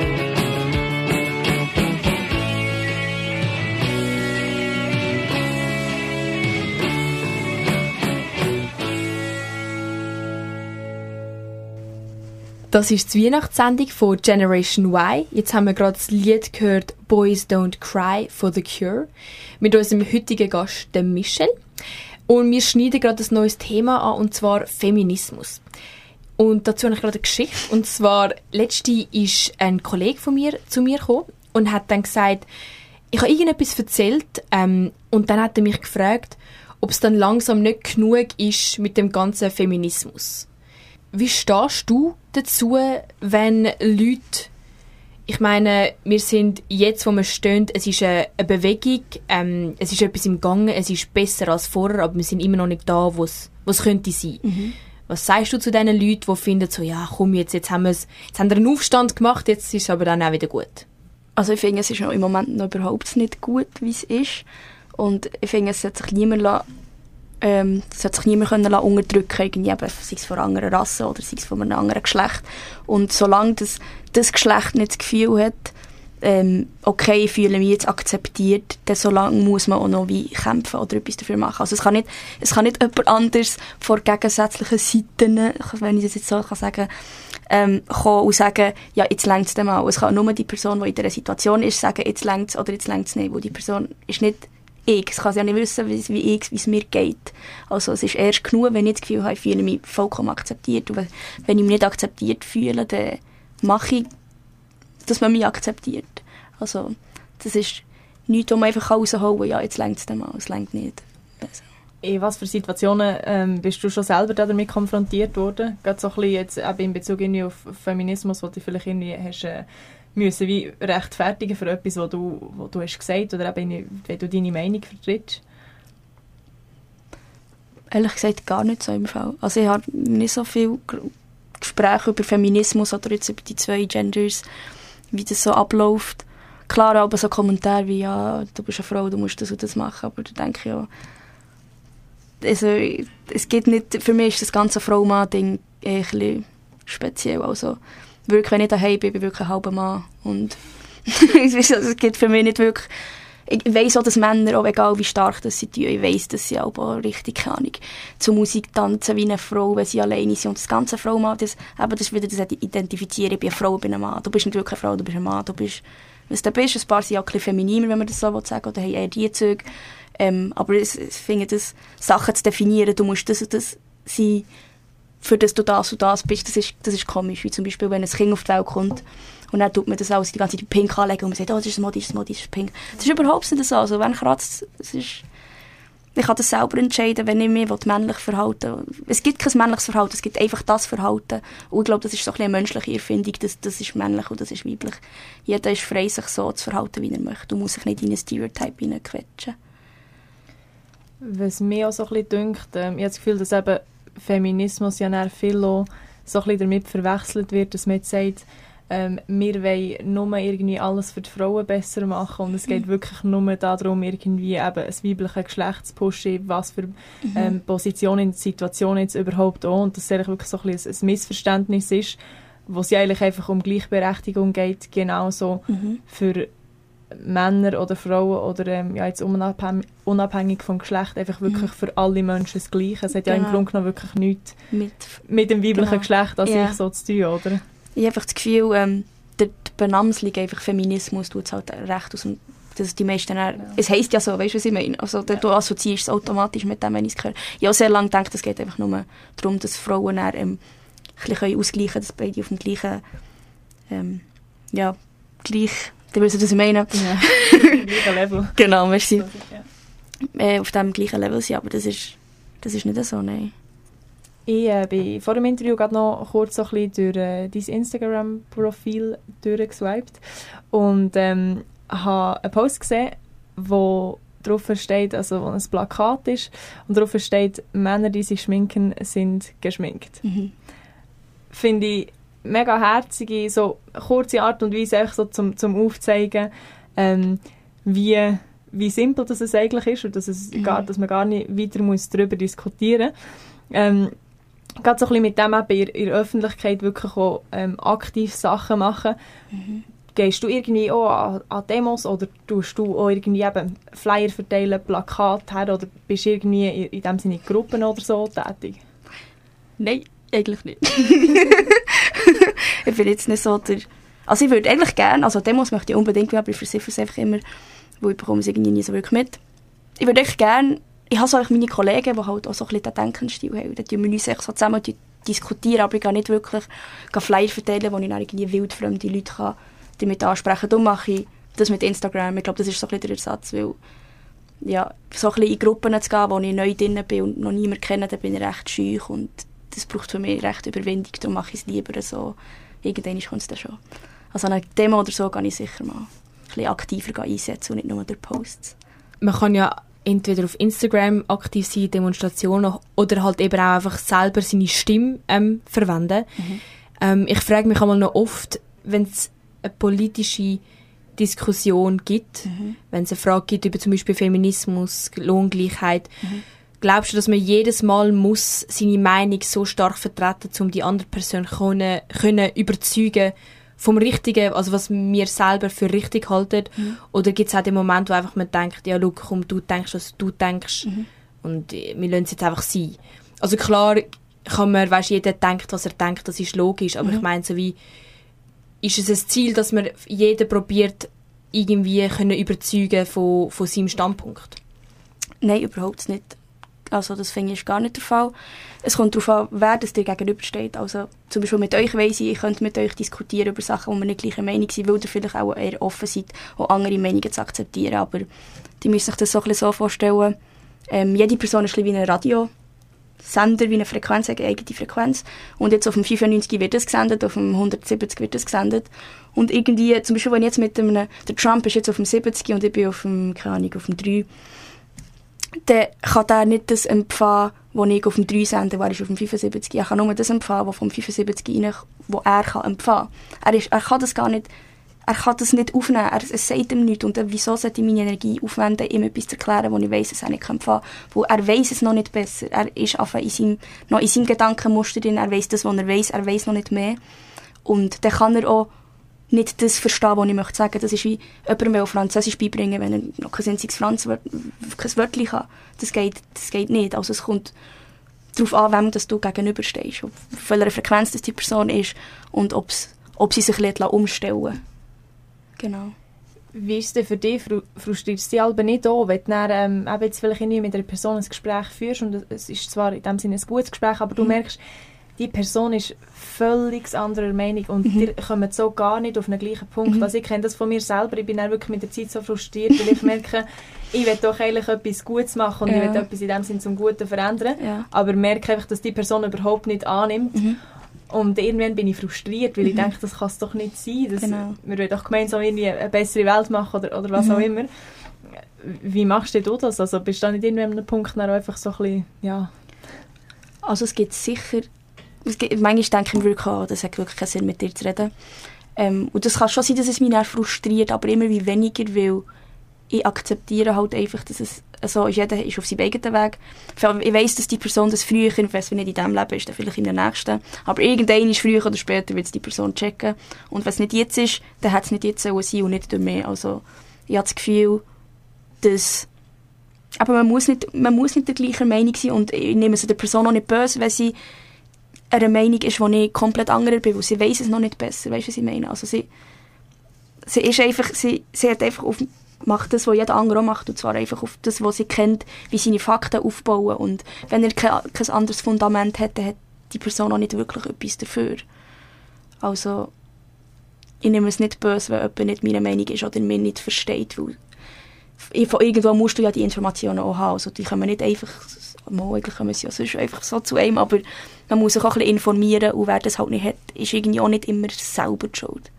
Das ist die Weihnachtssendung von Generation Y. Jetzt haben wir gerade das Lied gehört «Boys Don't Cry» von The Cure mit unserem heutigen Gast, dem Michel. Und wir schneiden gerade ein neues Thema an, und zwar Feminismus. Und dazu habe ich gerade eine Geschichte. Und zwar, letzte ist ein Kollege von mir zu mir gekommen und hat dann gesagt, ich habe irgendetwas erzählt, und dann hat er mich gefragt, ob es dann langsam nicht genug ist mit dem ganzen Feminismus. Wie stehst du dazu, wenn Leute, ich meine, wir sind jetzt, wo wir stehen, es ist eine Bewegung, es ist etwas im Gange, es ist besser als vorher, aber wir sind immer noch nicht da, wo es könnte sein. Mhm. Was sagst du zu diesen Leuten, die finden, so, ja, komm, jetzt haben wir einen Aufstand gemacht, jetzt ist es aber dann auch wieder gut? Also ich finde, es ist noch im Moment noch überhaupt nicht gut, wie es ist. Und ich finde, es sollte sich niemand können unterdrücken, irgendwie eben, sei es von einer anderen Rasse oder sei es von einem anderen Geschlecht. Und solange das Geschlecht nicht das Gefühl hat, okay, ich fühle mich jetzt akzeptiert, dann solange muss man auch noch wie kämpfen oder etwas dafür machen. Also es kann nicht jemand anders von gegensätzlichen Seiten, wenn ich das jetzt so sagen kann, kommen und sagen, ja, jetzt längt es mal. Es kann nur die Person, die in dieser Situation ist, sagen, jetzt längt es oder jetzt längt es nicht, wo die Person ist nicht ich. Es kann ja nicht wissen, wie es mir geht. Also es ist erst genug, wenn ich das Gefühl habe, ich fühle mich vollkommen akzeptiert. Und wenn ich mich nicht akzeptiert fühle, dann mache ich, dass man mich akzeptiert. Also das ist nichts, wo man einfach rausholen kann, ja, jetzt längt es dann mal, es längt nicht. Also. In was für Situationen bist du schon selber damit konfrontiert worden? Gerade so ein bisschen jetzt eben in Bezug auf Feminismus, wo du vielleicht irgendwie hast müssen wie rechtfertigen für etwas, was du hast gesagt, oder eben, wenn du deine Meinung vertrittst? Ehrlich gesagt gar nicht so im Fall. Also ich habe nicht so viel Gespräche über Feminismus oder jetzt über die zwei Genders, wie das so abläuft. Klar, aber so Kommentare wie, ja, du bist eine Frau, du musst das und das machen, aber da denke ich ja, also es geht nicht, für mich ist das ganze Frau-Mann-Ding ein bisschen speziell, also wirklich, wenn ich daheim bin, bin ich wirklich ein halber Mann. Und es gibt für mich nicht wirklich... Ich weiss auch, dass Männer, auch egal wie stark das sie tun, ich weiss, dass sie auch richtig, keine Ahnung, zur Musik tanzen wie eine Frau, wenn sie alleine sind. Und das ganze Frau-Mann, das ist wieder das Identifizieren. Ich bin eine Frau, ich bin ein Mann. Du bist nicht wirklich eine Frau, du bist ein Mann. Du bist, was du bist. Ein paar sind auch ein bisschen femininer, wenn man das so sagen will, oder haben eher die Züge. Aber ich finde, das Sachen zu definieren, du musst das und das sein, für das du das und das bist, das ist komisch. Wie zum Beispiel, wenn ein Kind auf die Welt kommt und dann tut man das alles die ganze Zeit pink anlegen und man sagt, oh, das ist Modi, das ist pink. Das ist überhaupt nicht so. Also, wenn kratzt, ich kann das selber entscheiden, wenn ich mich männlich verhalten will. Es gibt kein männliches Verhalten, es gibt einfach das Verhalten. Und ich glaube, das ist so ein bisschen eine menschliche Erfindung, das ist männlich und das ist weiblich. Jeder ist frei, sich so zu verhalten, wie er möchte und muss sich nicht in ein Stereotype hineinquetschen. Was mir auch so ein bisschen dünkt, ich habe das Gefühl, dass eben Feminismus ja viel auch so ein bisschen damit verwechselt wird, dass man jetzt sagt, wir wollen nur irgendwie alles für die Frauen besser machen und es geht wirklich nur darum, irgendwie eben ein weibliches Geschlecht zu pushen, was für Positionen in der Situation jetzt überhaupt auch, und das eigentlich wirklich so ein bisschen ein Missverständnis ist, wo es ja eigentlich einfach um Gleichberechtigung geht, genauso für Männer oder Frauen oder ja, jetzt unabhängig vom Geschlecht, einfach wirklich für alle Menschen das Gleiche. Es hat ja im Grunde genommen wirklich nichts mit dem weiblichen Geschlecht an sich so zu tun, oder? Ich habe einfach das Gefühl, die Benamselung einfach Feminismus tut es halt recht aus dem, dass die meisten es heisst ja so, weißt du, was ich meine? Also du assoziierst es automatisch mit dem, wenn ich es höre. Ich habe sehr lange gedacht, es geht einfach nur darum, dass Frauen ein bisschen ausgleichen können, dass beide auf dem gleichen du weißt, was ich meine? Ja, gleichen Level. Genau, merci. Auf dem gleichen Level sind, aber das ist nicht so, nein. Ich bin vor dem Interview gerade noch kurz so ein bisschen durch dein Instagram-Profil durchgeswiped und habe einen Post gesehen, wo drauf steht, also wo ein Plakat ist und drauf steht, Männer, die sich schminken, sind geschminkt. Finde ich mega herzige, so kurze Art und Weise, einfach so zum Aufzeigen, wie simpel das es eigentlich ist und dass man gar nicht weiter muss darüber diskutieren muss. Gerade so ein bisschen mit dem eben in der Öffentlichkeit wirklich auch aktiv Sachen machen. Gehst du irgendwie auch an Demos oder tust du auch irgendwie eben Flyer verteilen, Plakate her oder bist du irgendwie in dem Sinne in Gruppen oder so tätig? Nein, eigentlich nicht. Ich bin jetzt nicht so der... Also ich würde eigentlich gerne, also Demos möchte ich unbedingt, aber ich versiffe es einfach immer, weil ich bekomme es irgendwie nie so wirklich mit. Ich würde echt gerne, ich habe so meine Kollegen, die halt auch so ein bisschen den Denkensstil haben, da tun wir uns so zusammen diskutieren, aber ich gehe nicht wirklich Flyer verteilen, wo ich dann irgendwie wildfremde Leute kann damit ansprechen. Darum mache ich das mit Instagram. Ich glaube, das ist so ein bisschen der Ersatz, weil ja, so ein bisschen in Gruppen zu gehen, wo ich neu drin bin und noch niemanden kenne, da bin ich recht scheu und das braucht für mich recht Überwindung, darum mache ich es lieber so. Irgendwann kommt es dann schon. Also eine Demo oder so kann ich sicher mal ein bisschen aktiver einsetzen und nicht nur durch Posts. Man kann ja entweder auf Instagram aktiv sein, Demonstrationen, oder halt eben auch einfach selber seine Stimme verwenden. Ich frage mich einmal noch oft, wenn es eine politische Diskussion gibt, wenn es eine Frage gibt über zum Beispiel Feminismus, Lohngleichheit, glaubst du, dass man jedes Mal muss seine Meinung so stark vertreten muss, um die andere Person können überzeugen vom Richtigen, also was wir selber für richtig halten? Oder gibt es auch den Moment, wo einfach man denkt, ja, schau, komm, du denkst, was du denkst und wir lassen es jetzt einfach sein. Also klar kann man, weißt, jeder denkt, was er denkt, das ist logisch, aber ich meine so wie, ist es ein Ziel, dass man jeder probiert, irgendwie können überzeugen von seinem Standpunkt? Nein, überhaupt nicht. Also das finde ich ist gar nicht der Fall. Es kommt darauf an, wer das dir gegenübersteht. Also zum Beispiel mit euch weiss ich könnte mit euch diskutieren über Sachen, wo wir nicht gleicher Meinung sind, weil ihr vielleicht auch eher offen seid, auch andere Meinungen zu akzeptieren. Aber die müssen sich das so ein bisschen so vorstellen. Jede Person ist ein bisschen wie ein Radiosender, wie eine Frequenz, eine eigene Frequenz. Und jetzt auf dem 95 wird das gesendet, auf dem 170 wird das gesendet. Und irgendwie, zum Beispiel, wenn ich jetzt mit der Trump ist jetzt auf dem 70 und ich bin auf dem, keine Ahnung, auf dem 3, dann kann der nicht das empfangen, was ich auf dem 3 sende, wo er ist auf dem 75. Er kann nur das empfangen, was vom 75 rein, wo er kann empfangen. Er kann das gar nicht, er kann das nicht aufnehmen, es sagt ihm nichts. Und wieso sollte ich meine Energie aufwenden, ihm etwas zu erklären, wo ich weiss, dass er nicht empfangen kann? Weil er weiss es noch nicht besser. Er ist einfach noch in seinem Gedankenmuster drin, er weiss das, was er weiss noch nicht mehr. Und dann kann er auch nicht das verstehen, was ich möchte sagen. Das ist wie jemandem, der Französisch beibringen, wenn er noch kein einziges kein Wörtchen kann. Das geht nicht. Also es kommt darauf an, wem das du gegenüberstehst, auf welcher Frequenz das die Person ist und ob sie sich umstellen lässt. Genau. Wie ist es denn für dich? Frustriert es dich aber nicht auch, wenn du dann, eben jetzt vielleicht irgendwie mit einer Person ein Gespräch führst und es ist zwar in dem Sinne ein gutes Gespräch, aber du merkst, die Person ist völlig anderer Meinung und ihr kommt so gar nicht auf den gleichen Punkt. Also ich kenne das von mir selber, ich bin dann wirklich mit der Zeit so frustriert, weil ich merke, ich will doch eigentlich etwas Gutes machen und ich will etwas in dem Sinne zum Guten verändern, aber merke einfach, dass die Person überhaupt nicht annimmt. Und irgendwann bin ich frustriert, weil ich denke, das kann es doch nicht sein. Wir wollen doch gemeinsam irgendwie eine bessere Welt machen oder was auch immer. Wie machst du das? Also bist du da nicht irgendwann an einem Punkt dann einfach so ein bisschen, ja... Also es gibt sicher... Manchmal denke ich wirklich, das hat wirklich keinen Sinn, mit dir zu reden. Und das kann schon sein, dass es mich dann frustriert, aber immer wie weniger, weil ich akzeptiere halt einfach, dass es so ist, jeder ist auf seinem eigenen Weg. Ich weiss, dass die Person das früher, ich weiss, wenn nicht in diesem Leben ist, dann vielleicht in der nächsten. Aber irgendwann ist früher oder später wird es die Person checken. Und wenn es nicht jetzt ist, dann hat es nicht jetzt sein und nicht durch mich. Also ich habe das Gefühl, dass... Aber man muss nicht der gleichen Meinung sein und ich nehme es der Person auch nicht böse, wenn sie eine Meinung ist, die ich komplett anderer bin, weil sie weiss es noch nicht besser, weißt du, was ich meine? Also sie ist einfach, sie hat einfach macht das, was jeder andere auch macht, und zwar einfach auf das, was sie kennt, wie seine Fakten aufbauen, und wenn er kein anderes Fundament hat, dann hat die Person auch nicht wirklich etwas dafür. Also ich nehme es nicht böse, wenn jemand nicht meine Meinung ist oder mich nicht versteht, weil von irgendwo musst du ja die Informationen auch haben, also die können wir nicht einfach eigentlich kommen sie ja sonst einfach so zu einem, aber man muss sich auch ein bisschen informieren und wer das halt nicht hat, ist irgendwie auch nicht immer selber die Schuld.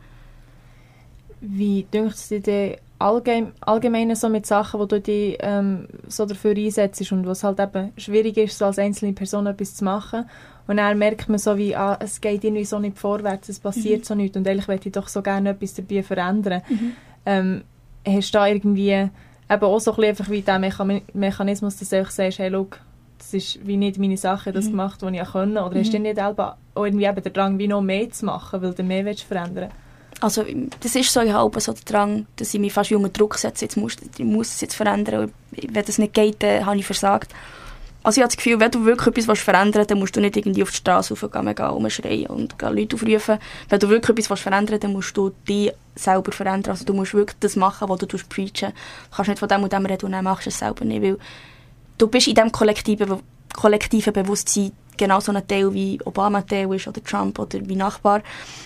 Wie dünkt es dir denn allgemein so mit Sachen, wo du dich so dafür einsetzt und was halt eben schwierig ist, so als einzelne Person etwas zu machen? Und dann merkt man so wie, es geht irgendwie so nicht vorwärts, es passiert so nichts und eigentlich möchte ich doch so gerne etwas dabei verändern. Hast du da irgendwie eben auch so ein bisschen einfach wie der Mechanismus, dass du einfach sagst, hey, schau, das ist wie nicht meine Sache, das gemacht, was ich auch können? Oder hast du nicht auch irgendwie eben den Drang, wie noch mehr zu machen, weil du mehr verändern willst? Also das ist so halb so der Drang, dass ich mich fast unter Druck setze, ich muss es jetzt verändern. Und wenn das nicht geht, dann habe ich versagt. Also ich habe das Gefühl, wenn du wirklich etwas verändern willst, dann musst du nicht irgendwie auf die Straße raufgehen, rumschreien und Leute aufrufen. Wenn du wirklich etwas verändern willst, dann musst du dich selber verändern. Also du musst wirklich das machen, was du preachen. Du kannst nicht von dem und dem reden und dann machst du es selber nicht, weil du bist in diesem kollektiven Bewusstsein genau so ein Teil, wie Obama Teil ist oder Trump oder wie Nachbar.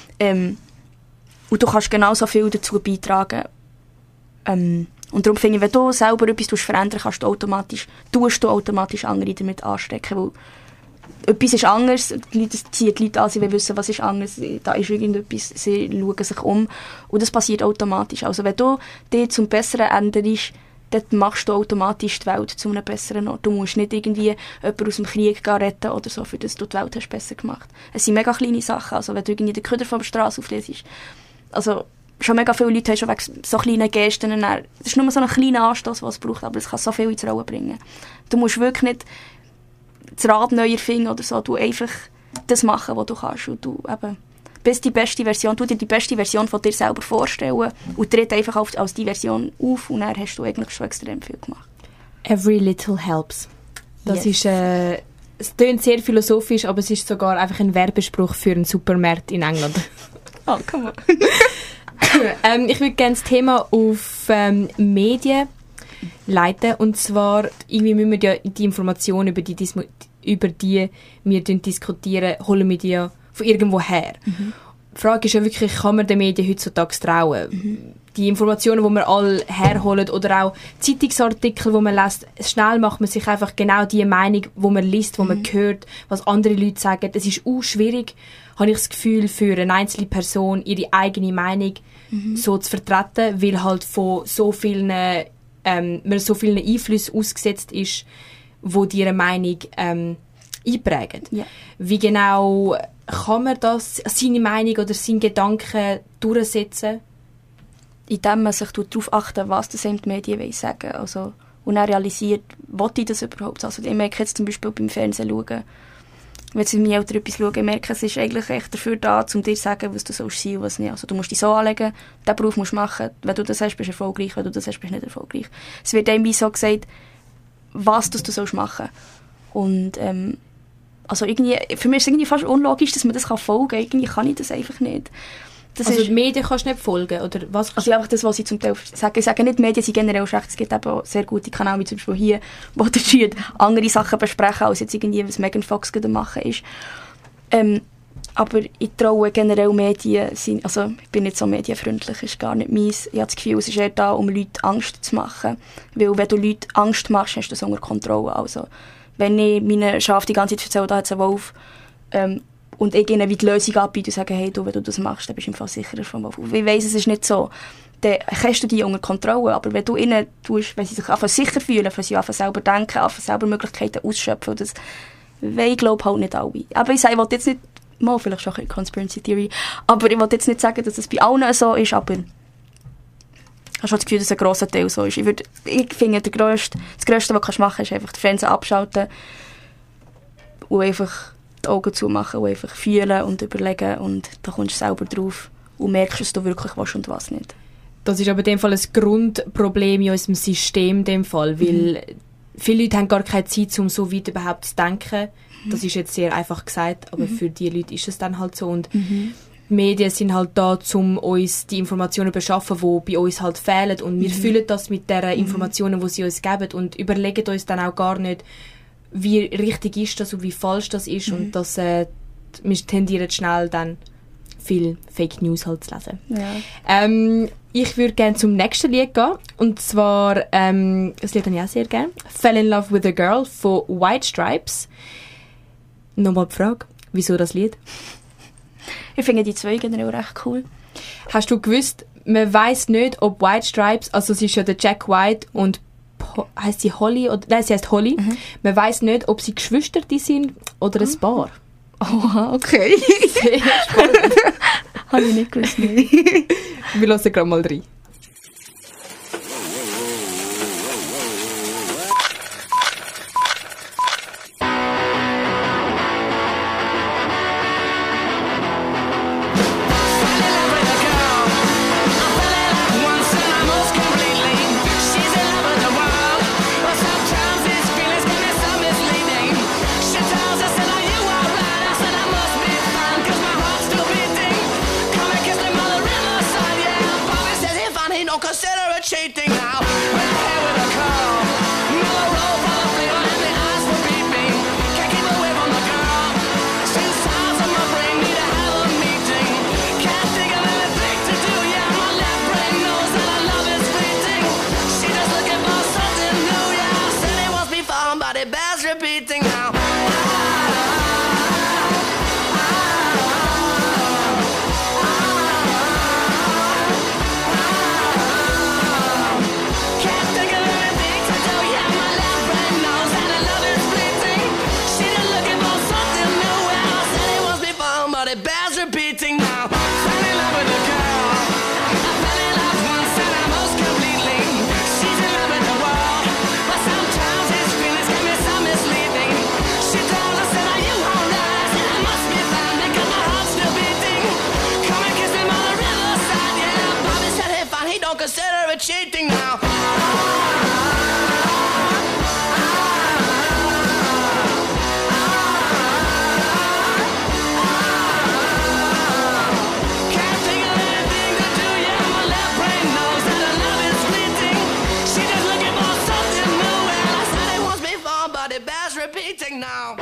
Und du kannst genauso viel dazu beitragen. Und darum finde ich, wenn du selber etwas verändern tust du automatisch andere damit anstecken. Weil etwas ist anders, die Leute ziehen die Leute an, sie wollen wissen, was ist anders, da ist irgendetwas, sie schauen sich um. Und das passiert automatisch. Also wenn du dich zum Besseren änderst, dann machst du automatisch die Welt zu einem besseren Ort. Du musst nicht irgendwie jemanden aus dem Krieg retten oder so, für das du die Welt hast besser gemacht. Es sind mega kleine Sachen. Also wenn du irgendwie den Köder von der Straße auflässt, also schon mega viele Leute haben schon wegen so kleinen Gesten. Das ist nur so ein kleiner Anstoß, was es braucht, aber es kann so viel ins Rollen bringen. Du musst wirklich nicht das Rad neu erfinden oder so. Du einfach das machen, was du kannst. Und du eben bist die beste Version. Du dir die beste Version von dir selber vorstellen und tritt einfach als die Version auf und dann hast du eigentlich schon extrem viel gemacht. Every little helps. Das ist... es klingt sehr philosophisch, aber es ist sogar einfach ein Werbespruch für einen Supermarkt in England. Oh, come on. Ich würde gerne das Thema auf Medien leiten. Und zwar, irgendwie müssen wir ja die Informationen, über die wir diskutieren, holen wir die ja von irgendwo her. Die Frage ist ja wirklich, kann man den Medien heutzutage trauen? Die Informationen, die wir alle herholen oder auch Zeitungsartikel, die man liest, schnell macht man sich einfach genau die Meinung, die man liest, die man hört, was andere Leute sagen. Es ist auch schwierig, habe ich das Gefühl, für eine einzelne Person ihre eigene Meinung so zu vertreten, weil halt von so vielen, man so vielen Einflüssen ausgesetzt ist, wo die ihre Meinung einprägen. Ja. Wie genau kann man das, seine Meinung oder seine Gedanken durchsetzen? Indem man sich darauf achtet, was das die Medien sagen wollen. Also, und dann realisiert, will ich das überhaupt? Also, ich merke jetzt zum Beispiel beim Fernsehen schauen, wenn sie meine Eltern etwas schauen, ich merke, es ist eigentlich echt dafür da, um dir zu sagen, was du sollst sein und was nicht. Also, du musst dich so anlegen, diesen Beruf musst du machen. Wenn du das hast, bist du erfolgreich. Wenn du das hast, bist du nicht erfolgreich. Es wird einem so gesagt, was du sollst machen. Und, also irgendwie, für mich ist es irgendwie fast unlogisch, dass man das folgen kann. Irgendwie kann ich das einfach nicht. Das also ist, die Medien kannst du nicht folgen? Oder was also einfach das, was ich zum Teil sage. Ich sage nicht, Medien sind generell schlecht. Es gibt eben auch sehr gute Kanäle, wie zum Beispiel hier, wo die andere Sachen besprechen, als jetzt irgendwie, was Megan Fox gerade machen ist. Aber ich traue generell Medien, also ich bin nicht so medienfreundlich, ist gar nicht meins. Ich habe das Gefühl, es ist eher da, um Leuten Angst zu machen. Weil wenn du Leuten Angst machst, hast du das unter Kontrolle. Also wenn ich meinen Schafen die ganze Zeit erzähle, da hat es einen Wolf, und ich ihnen wie die Lösung anbiete und sage, hey, wenn du das machst, dann bist du im Fall sicherer vom Wolf. Ich weiss, es ist nicht so. Dann hast du die unter Kontrolle. Aber wenn du ihnen tust, wenn sie sich einfach sicher fühlen, wenn sie einfach selber denken, einfach selber Möglichkeiten ausschöpfen, das will ich glaube halt nicht alle. Aber ich sage, ich will jetzt nicht, mal vielleicht schon ein Conspiracy Theory, aber ich will jetzt nicht sagen, dass das bei allen so ist, aber ich habe schon das Gefühl, dass ein grosser Teil so ist. Ich finde, das Grösste, was du machen kannst, ist einfach den Fernseher abschalten und einfach die Augen zumachen und einfach fühlen und überlegen und da kommst du selber drauf und merkst, was du wirklich willst und was nicht. Das ist aber in dem Fall ein Grundproblem in unserem System, in dem Fall, weil viele Leute haben gar keine Zeit, um so weit überhaupt zu denken. Das ist jetzt sehr einfach gesagt, aber für die Leute ist es dann halt so. Und die Medien sind halt da, um uns die Informationen zu beschaffen, die bei uns halt fehlen. Und wir füllen das mit den Informationen, die sie uns geben und überlegen uns dann auch gar nicht, wie richtig ist das und wie falsch das ist. Und das, wir tendieren schnell dann viel Fake News halt zu lesen. Ja. Ich würde gerne zum nächsten Lied gehen. Und zwar, das Lied habe ich auch sehr gerne. Fell in Love with a Girl von White Stripes. Nochmal die Frage, wieso das Lied? Ich finde die zwei generell recht cool. Hast du gewusst, man weiss nicht, ob White Stripes, also es ist ja der Jack White und heisst sie Holly? Oder, nein, sie heisst Holly. Man weiss nicht, ob sie Geschwister sind oder ein Paar. Oha, okay. Sehr spannend. Habe ich nicht gewusst. Nee. Wir hören gerade mal rein. Don't consider it cheating now. Red hair with a curl, mellow roll full of flavor, and the eyes were beeping. Can't keep away from the girl. Since sides of my brain need to have a meeting. Can't think of anything to do. Yeah, my left brain knows that our love is fleeting. She just looking for something new. Yeah, I said it wants me falling, but it bears repeating now. Repeating now. Fell in love with a girl. I fell in love once and I most completely. She's in love with the world, but sometimes his feelings can be so misleading. She tells us that you won't rise, and I must be fine because my heart's still beating. Come and kiss him on the riverside, yeah. Bobby said hey fine, he don't consider it cheating now. Repeating now.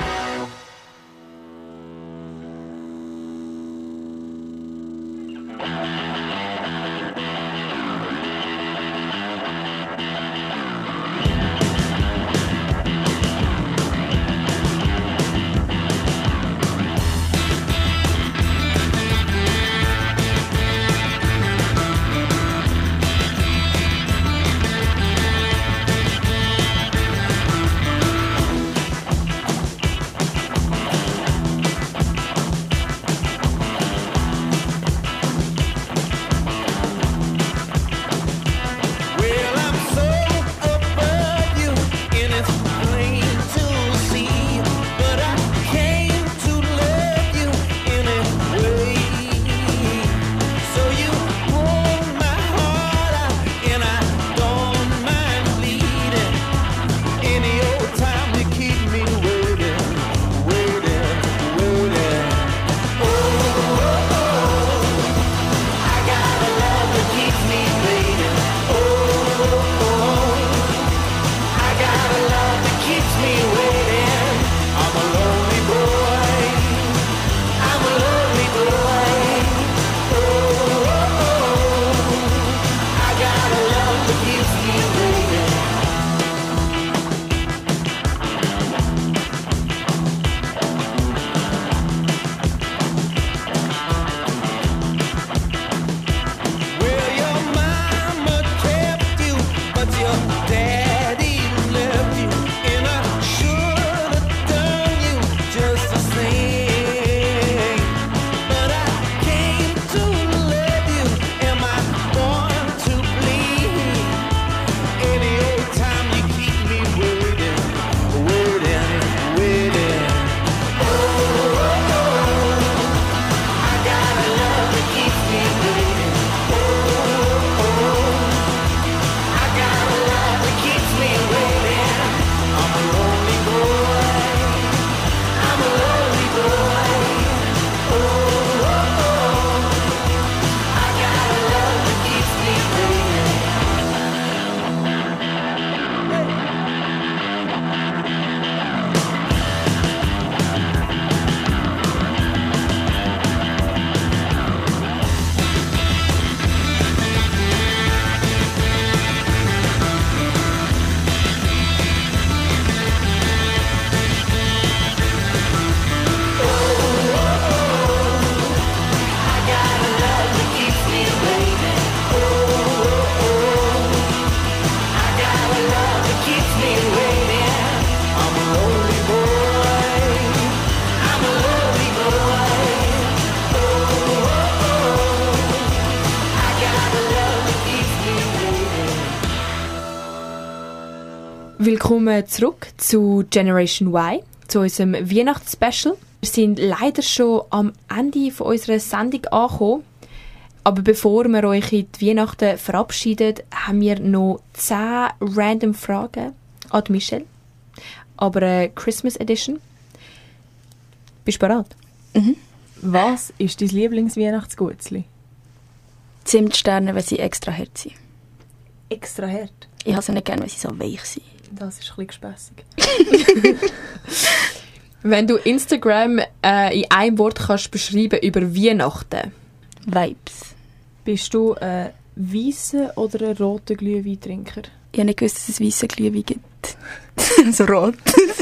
Willkommen zurück zu Generation Y, zu unserem Weihnachtsspecial. Wir sind leider schon am Ende von unserer Sendung angekommen. Aber bevor wir euch in die Weihnachten verabschieden, haben wir noch 10 random Fragen an Michelle. Aber eine Christmas Edition. Bist du bereit? Was ist dein Lieblings-Weihnachtsgutzli? Zimtsterne, weil sie extra hart sind. Extra hart. Ich habe sie nicht gerne, weil sie so weich sind. Das ist ein bisschen gespässig. Wenn du Instagram in einem Wort kannst beschreiben über Weihnachten. Vibes. Bist du ein weisser oder ein roter Glühweintrinker? Ich habe nicht gewusst, dass es weisse Glühwein gibt. So rot.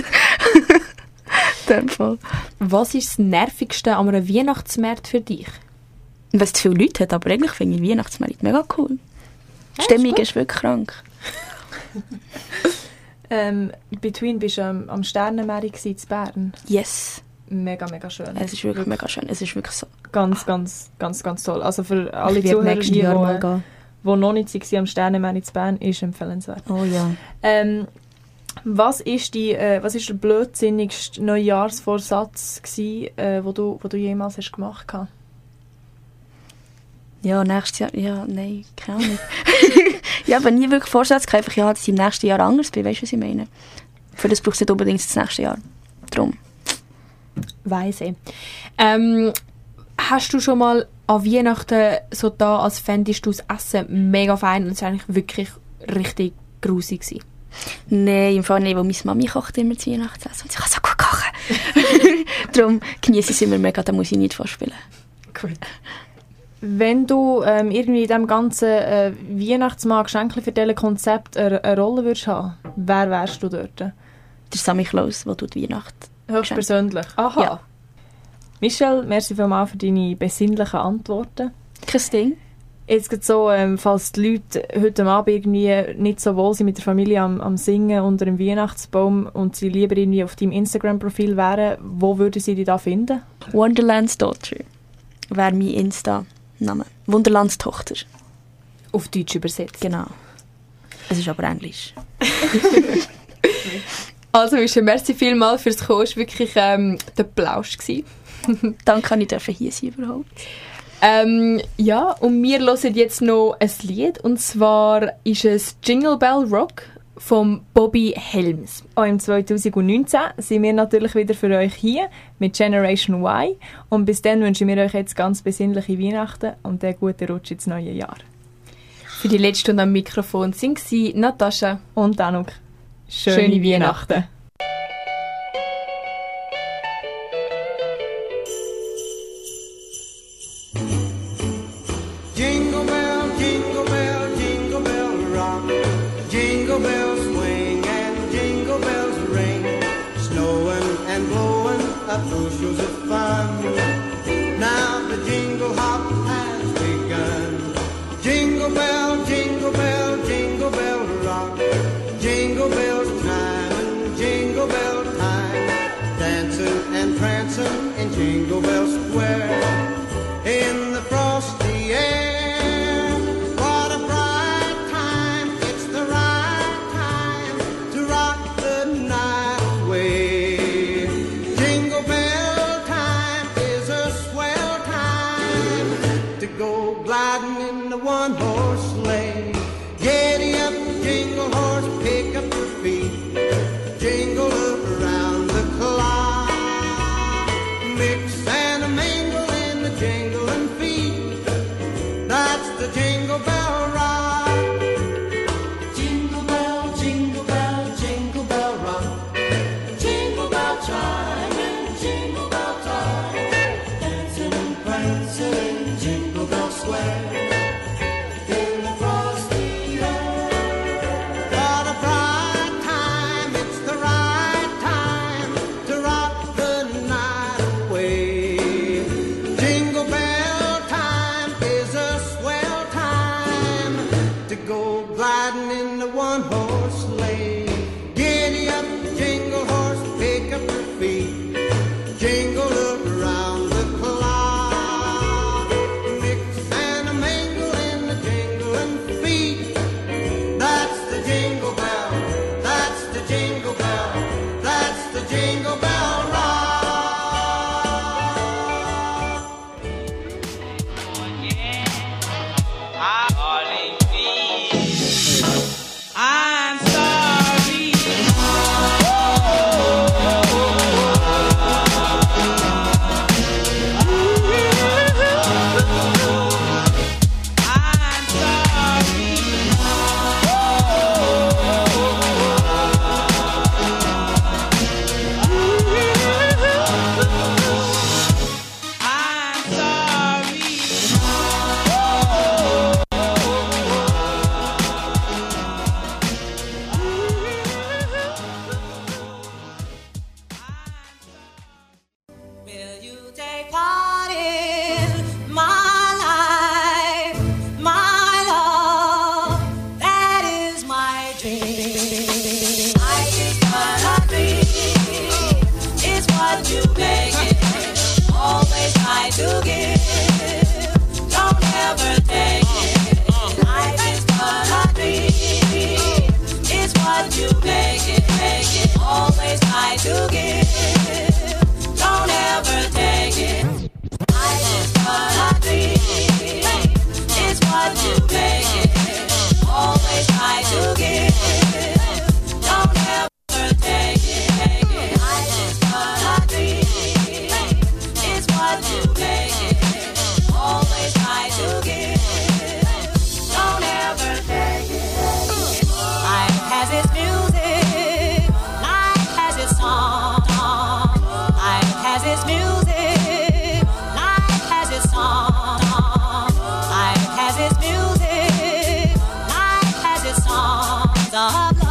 In dem Fall. Was ist das Nervigste an einem Weihnachtsmarkt für dich? Weil es zu viele Leute hat, aber eigentlich finde ich Weihnachtsmarkt mega cool. Die Stimmung ist wirklich krank. Between bist du am Sternenmarkt in Bern. Yes. Mega, mega schön. Es ist wirklich mega schön. Es ist wirklich so. Ganz, ganz, ganz, ganz toll. Also für alle Ich werde Zuhörer, nächstes Jahr mal die gehen. noch nicht waren am Sternenmarkt in Bern, ist empfehlenswert. Oh ja. Was ist der blödsinnigste Neujahrsvorsatz gsi, wo du jemals hast gemacht hast? Ja, nächstes Jahr. Ja, nein, keine Ahnung. Ich habe nie wirklich Vorsätze gehabt. Einfach, ja, dass ich im nächsten Jahr anders bin. Weißt du, was ich meine? Für das brauchst du nicht unbedingt das nächste Jahr. Darum. Weiss ich. Hast du schon mal an Weihnachten so da, als fändest du das Essen mega fein und es war eigentlich wirklich richtig grusig gewesen? Nein, im Fall nicht, weil meine Mami kocht immer zu Weihnachtsessen und sie kann so gut kochen. Darum genieße ich es immer mega, da muss ich nicht vorspielen. Gut. Wenn du irgendwie in diesem ganzen Weihnachtsmarkt Schenkli-Verteilen-Konzept eine Rolle würdest haben, wer wärst du dort? Der Sammy Klaus, der tut Weihnacht. Höchstpersönlich. Aha. Ja. Michelle, merci vielmals für deine besinnlichen Antworten. Kein Ding. Jetzt geht so, falls die Leute heute Abend irgendwie nicht so wohl sind mit der Familie am Singen unter dem Weihnachtsbaum und sie lieber irgendwie auf deinem Instagram-Profil wären, wo würden sie dich da finden? Wonderland's Daughter wäre mein Insta-Name. Wunderlands Tochter. Auf Deutsch übersetzt. Genau. Es ist aber Englisch. Also Michelle, merci vielmals fürs Kommen. Es war wirklich der Plausch gewesen. Danke, kann ich hier sein überhaupt. Ja, und wir hören jetzt noch ein Lied. Und zwar ist es Jingle Bell Rock von Bobby Helms. Auch im 2019 sind wir natürlich wieder für euch hier mit Generation Y. Und bis dann wünschen wir euch jetzt ganz besinnliche Weihnachten und einen guten Rutsch ins neue Jahr. Für die letzte Stunde am Mikrofon sind sie Natascha Und Anuk, schöne Weihnachten. Jingle bell, jingle bell rock. Jingle bells swing and jingle bells ring. Snowing and blowing up bushels of fun. Now the jingle hop has begun. Jingle bell, jingle bell, jingle bell rock. Jingle bells chime and jingle bell time. Dancing and prancing in Jingle Bell Square. In the frosty air, what a bright time, it's the right time to rock the night away. Jingle bell time is a swell time to go gliding in the one-horse sleigh. Giddy up, jingle horse, pick up your feet, jingle around the clock. Mix and a mingle in the jingling feet. That's the Jingle Bell Rock. Jingle bell, jingle bell, jingle bell rock. Jingle bell chime and jingle bell time. Dancing and prancing in Jingle Bell Square. In the frosty air. What a bright time, it's the right time to rock the night away. Jingle bell time is a swell time to go gliding in the one-horse sleigh. Giddy up, jingle horse, pick up your feet, jingle around the clock. Mix and a mingle in the jingling feet. That's the jingle bell, that's the Life is what I dream. It's what you make it. Always try to give. Don't ever take it. Life is what I dream. It's what you make it. Always try to give. Don't ever take it. Life is what I dream. It's what you make it. Always try to give. Don't ever take it. Life is what I dream. It's what you make it. Always try to give. Don't ever take it. Life has its music. Life has its song. Life has its music. Life has its song. Life has its music. Life has its songs of love.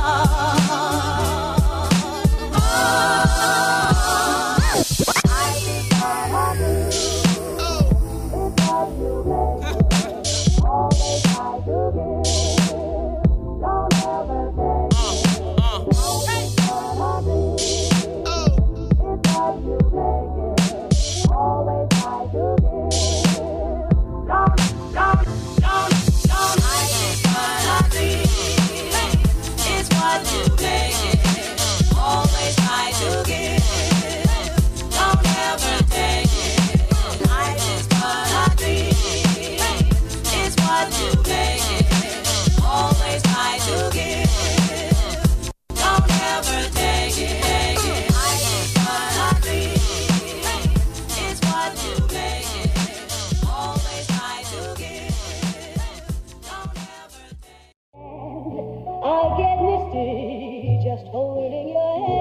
I get misty just holding your hand.